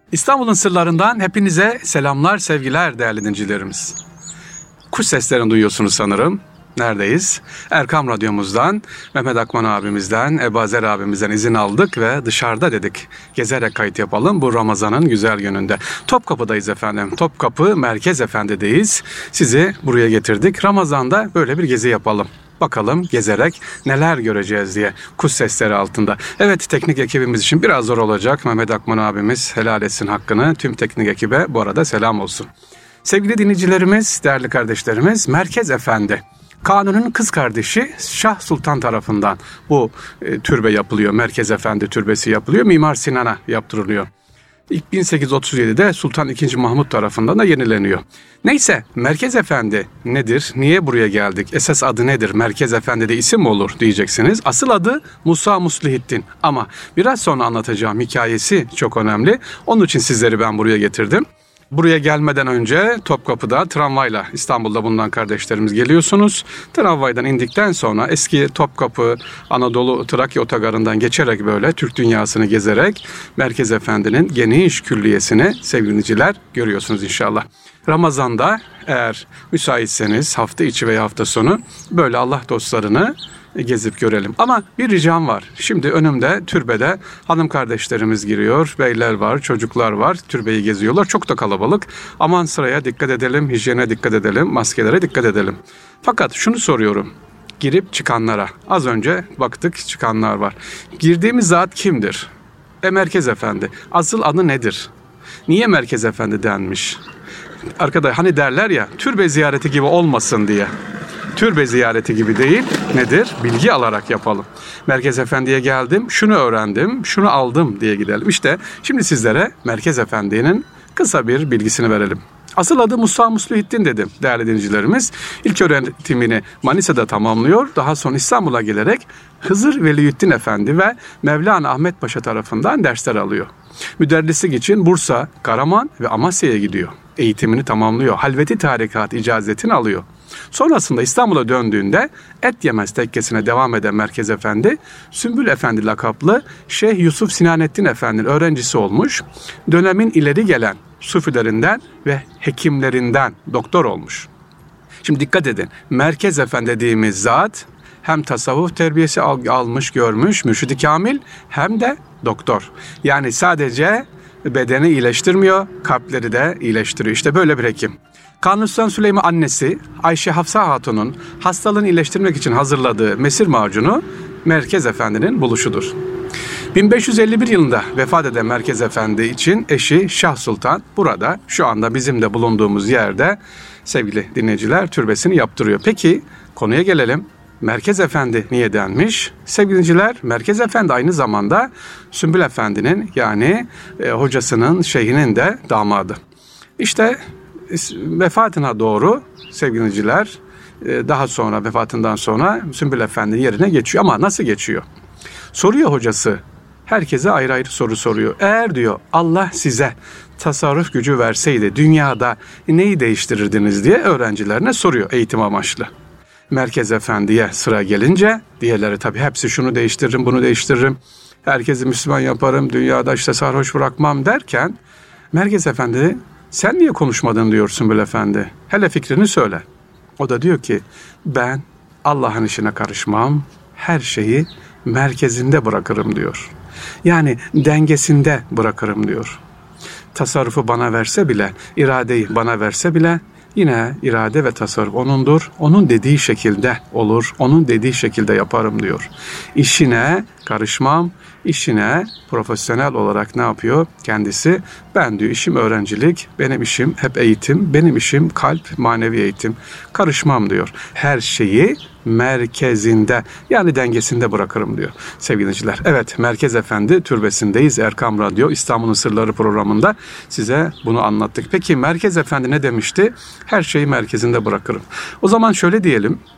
İstanbul'un sırlarından hepinize selamlar, sevgiler değerli dinleyicilerimiz. Kuş seslerini duyuyorsunuz sanırım. Neredeyiz? Erkam Radyomuzdan, Mehmet Akman abimizden, Ebazer abimizden izin aldık ve dışarıda dedik. Gezerek kayıt yapalım bu Ramazan'ın güzel gününde. Topkapı'dayız efendim. Topkapı Merkez Efendi'deyiz. Sizi buraya getirdik. Ramazan'da böyle bir gezi yapalım. Bakalım gezerek neler göreceğiz diye kuş sesleri altında. Evet, teknik ekibimiz için biraz zor olacak. Mehmet Akman abimiz helal etsin hakkını. Tüm teknik ekibe bu arada selam olsun. Sevgili dinleyicilerimiz, değerli kardeşlerimiz, Merkez Efendi. Kanuni'nin kız kardeşi Şah Sultan tarafından bu türbe yapılıyor. Merkez Efendi türbesi yapılıyor. Mimar Sinan'a yaptırılıyor. İlk 1837'de Sultan II. Mahmut tarafından da yenileniyor. Neyse, Merkez Efendi nedir? Niye buraya geldik? Esas adı nedir? Merkez Efendi'de isim mi olur diyeceksiniz. Asıl adı Musa Muslihiddin. Ama biraz sonra anlatacağım hikayesi çok önemli. Onun için sizleri ben buraya getirdim. Buraya gelmeden önce Topkapı'da tramvayla İstanbul'da bulunan kardeşlerimiz geliyorsunuz. Tramvaydan indikten sonra eski Topkapı, Anadolu Trakya otogarından geçerek böyle Türk dünyasını gezerek Merkez Efendi'nin geniş külliyesini sevgili dinleyiciler görüyorsunuz inşallah. Ramazan'da eğer müsaitseniz hafta içi veya hafta sonu böyle Allah dostlarını gezip görelim. Ama bir ricam var. Şimdi önümde türbede hanım kardeşlerimiz giriyor, beyler var, çocuklar var. Türbeyi geziyorlar. Çok da kalabalık. Aman sıraya dikkat edelim, hijyene dikkat edelim, maskelere dikkat edelim. Fakat şunu soruyorum. Girip çıkanlara. Az önce baktık çıkanlar var. Girdiğimiz zat kimdir? Merkez Efendi. Asıl adı nedir? Niye Merkez Efendi denmiş? Arkadaşlar hani derler ya türbe ziyareti gibi olmasın diye. Türbe ziyareti gibi değil, nedir? Bilgi alarak yapalım. Merkez Efendi'ye geldim, şunu öğrendim, şunu aldım diye gidelim. İşte şimdi sizlere Merkez Efendi'nin kısa bir bilgisini verelim. Asıl adı Musa Muslihiddin dedim değerli dinleyicilerimiz. İlk öğretimini Manisa'da tamamlıyor. Daha sonra İstanbul'a gelerek Hızır Veliyüddin Efendi ve Mevlana Ahmet Paşa tarafından dersler alıyor. Müderrislik için Bursa, Karaman ve Amasya'ya gidiyor. Eğitimini tamamlıyor. Halveti tarikat icazetini alıyor. Sonrasında İstanbul'a döndüğünde Et Yemez tekkesine devam eden Merkez Efendi, Sümbül Efendi lakaplı Şeyh Yusuf Sinanettin Efendi'nin öğrencisi olmuş. Dönemin ileri gelen sufilerinden ve hekimlerinden doktor olmuş. Şimdi dikkat edin. Merkez Efendi dediğimiz zat hem tasavvuf terbiyesi almış, görmüş, mürşid-i kamil hem de doktor. Yani sadece bedeni iyileştirmiyor, kalpleri de iyileştiriyor. İşte böyle bir hekim. Kanuni Sultan Süleyman annesi Ayşe Hafsa Hatun'un hastalığını iyileştirmek için hazırladığı mesir macunu Merkez Efendi'nin buluşudur. 1551 yılında vefat eden Merkez Efendi için eşi Şah Sultan burada şu anda bizim de bulunduğumuz yerde sevgili dinleyiciler türbesini yaptırıyor. Peki konuya gelelim. Merkez Efendi niye denmiş? Sevgili dinleyiciler, Merkez Efendi aynı zamanda Sümbül Efendi'nin yani hocasının, şeyhinin de damadı. İşte vefatına doğru sevgili dinleyiciler daha sonra vefatından sonra Sümbül Efendi'nin yerine geçiyor. Ama nasıl geçiyor? Soruyor hocası. Herkese ayrı ayrı soru soruyor. Eğer diyor Allah size tasarruf gücü verseydi dünyada neyi değiştirirdiniz diye öğrencilerine soruyor eğitim amaçlı. Merkez Efendi'ye sıra gelince diğerleri tabii hepsi şunu değiştiririm, bunu değiştiririm. Herkesi Müslüman yaparım, dünyada işte sarhoş bırakmam derken Merkez Efendi sen niye konuşmadın diyor Sümbül Efendi. Hele fikrini söyle. O da diyor ki ben Allah'ın işine karışmam, her şeyi merkezinde bırakırım diyor. Yani dengesinde bırakırım diyor. Tasarrufu bana verse bile, iradeyi bana verse bile yine irade ve tasarruf O'nundur. O'nun dediği şekilde olur. O'nun dediği şekilde yaparım diyor. İşine karışmam. İşine profesyonel olarak ne yapıyor? Kendisi ben diyor işim öğrencilik, benim işim hep eğitim, benim işim kalp, manevi eğitim. Karışmam diyor. Her şeyi merkezinde yani dengesinde bırakırım diyor sevgili dinleyiciler. Evet, Merkez Efendi türbesindeyiz. Erkam Radyo İstanbul'un Sırları programında size bunu anlattık. Peki Merkez Efendi ne demişti? Her şeyi merkezinde bırakırım. O zaman şöyle diyelim.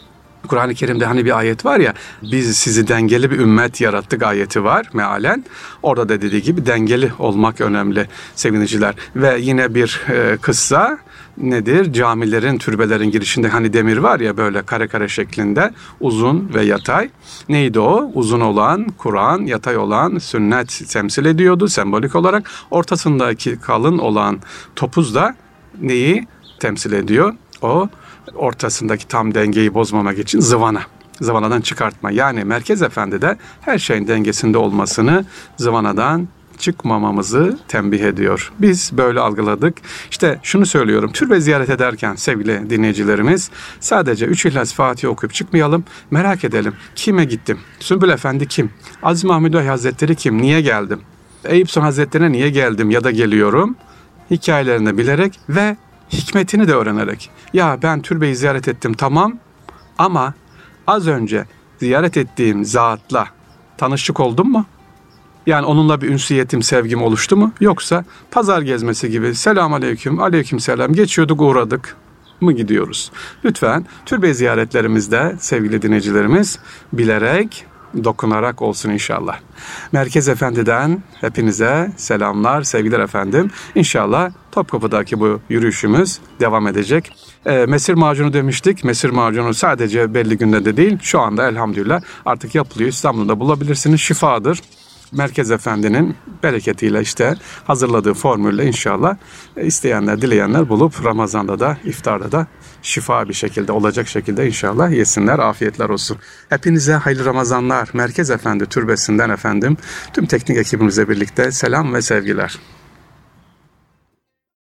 Kur'an-ı Kerim'de hani bir ayet var ya, biz sizi dengeli bir ümmet yarattık ayeti var mealen. Orada da dediği gibi dengeli olmak önemli sevgiliciler. Ve yine bir kıssa nedir? Camilerin, türbelerin girişinde hani demir var ya böyle kare kare şeklinde, uzun ve yatay. Neydi o? Uzun olan Kur'an, yatay olan sünnet temsil ediyordu sembolik olarak. Ortasındaki kalın olan topuz da neyi temsil ediyor? O ortasındaki tam dengeyi bozmamak için zıvana. Zıvanadan çıkartma. Yani Merkez Efendi de her şeyin dengesinde olmasını, zıvanadan çıkmamamızı tembih ediyor. Biz böyle algıladık. İşte şunu söylüyorum. Türbe ziyaret ederken sevgili dinleyicilerimiz, sadece 3 İhlas Fatiha okuyup çıkmayalım. Merak edelim. Kime gittim? Sümbül Efendi kim? Aziz Mahmud Bey Hazretleri kim? Niye geldim? Eyüp Sultan Hazretleri'ne niye geldim ya da geliyorum? Hikayelerini bilerek ve hikmetini de öğrenerek. Ya ben türbeyi ziyaret ettim tamam, ama az önce ziyaret ettiğim zatla tanışık oldum mu? Yani onunla bir ünsiyetim, sevgim oluştu mu? Yoksa pazar gezmesi gibi selam aleyküm, aleyküm selam geçiyorduk, uğradık mı gidiyoruz? Lütfen türbe ziyaretlerimizde sevgili dinleyicilerimiz bilerek, dokunarak olsun inşallah. Merkez Efendi'den hepinize selamlar, sevgiler efendim. İnşallah Topkapı'daki bu yürüyüşümüz devam edecek. Mesir macunu demiştik. Mesir macunu sadece belli günlerde değil, şu anda elhamdülillah artık yapılıyor. İstanbul'da bulabilirsiniz. Şifadır. Merkez Efendi'nin bereketiyle işte hazırladığı formülle inşallah isteyenler, dileyenler bulup Ramazan'da da, iftarda da şifa bir şekilde olacak şekilde inşallah yesinler, afiyetler olsun. Hepinize hayırlı Ramazanlar. Merkez Efendi Türbesi'nden efendim tüm teknik ekibimizle birlikte selam ve sevgiler.